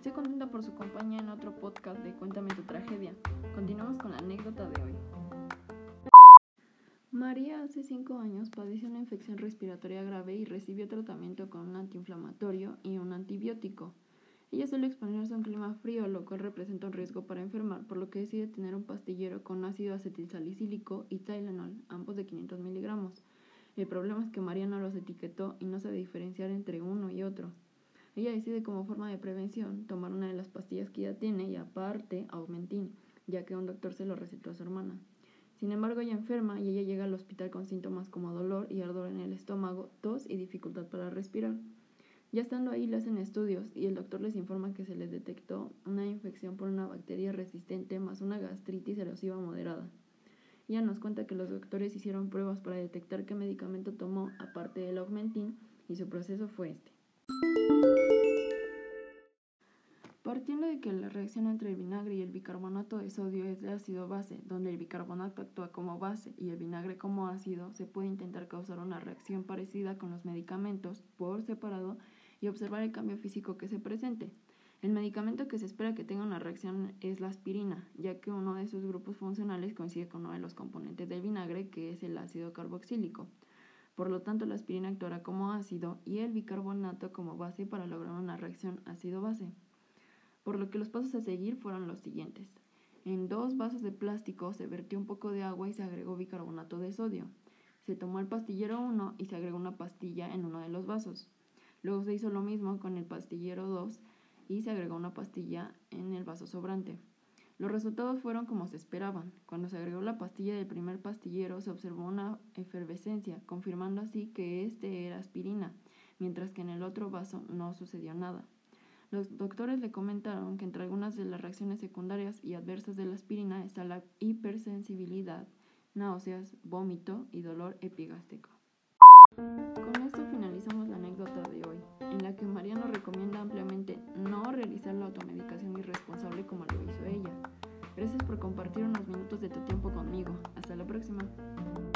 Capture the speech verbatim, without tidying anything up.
Estoy contenta por su compañía en otro podcast de Cuéntame tu tragedia. Continuamos con la anécdota de hoy. María hace cinco años padeció una infección respiratoria grave y recibió tratamiento con un antiinflamatorio y un antibiótico. Ella suele exponerse a un clima frío, lo cual representa un riesgo para enfermar, por lo que decide tener un pastillero con ácido acetilsalicílico y Tylenol, ambos de quinientos miligramos. El problema es que María no los etiquetó y no sabe diferenciar entre uno y otro. Ella decide como forma de prevención tomar una de las pastillas que ella tiene y aparte Augmentin, ya que un doctor se lo recetó a su hermana. Sin embargo, ella enferma y ella llega al hospital con síntomas como dolor y ardor en el estómago, tos y dificultad para respirar. Ya estando ahí le hacen estudios y el doctor les informa que se les detectó una infección por una bacteria resistente más una gastritis erosiva moderada. Ella nos cuenta que los doctores hicieron pruebas para detectar qué medicamento tomó aparte del Augmentin y su proceso fue este. Partiendo de que la reacción entre el vinagre y el bicarbonato de sodio es de ácido-base, donde el bicarbonato actúa como base y el vinagre como ácido, se puede intentar causar una reacción parecida con los medicamentos por separado y observar el cambio físico que se presente. El medicamento que se espera que tenga una reacción es la aspirina, ya que uno de sus grupos funcionales coincide con uno de los componentes del vinagre, que es el ácido carboxílico. Por lo tanto, la aspirina actuará como ácido y el bicarbonato como base para lograr una reacción ácido-base. Por lo que los pasos a seguir fueron los siguientes. En dos vasos de plástico se vertió un poco de agua y se agregó bicarbonato de sodio. Se tomó el pastillero uno y se agregó una pastilla en uno de los vasos. Luego se hizo lo mismo con el pastillero dos y se agregó una pastilla en el vaso sobrante. Los resultados fueron como se esperaban. Cuando se agregó la pastilla del primer pastillero se observó una efervescencia, confirmando así que este era aspirina, mientras que en el otro vaso no sucedió nada. Los doctores le comentaron que entre algunas de las reacciones secundarias y adversas de la aspirina está la hipersensibilidad, náuseas, vómito y dolor epigástrico. Con esto finalizamos la anécdota de hoy, en la que María nos recomienda ampliamente no realizar la automedicación irresponsable como lo hizo ella. Gracias por compartir unos minutos de tu tiempo conmigo. Hasta la próxima.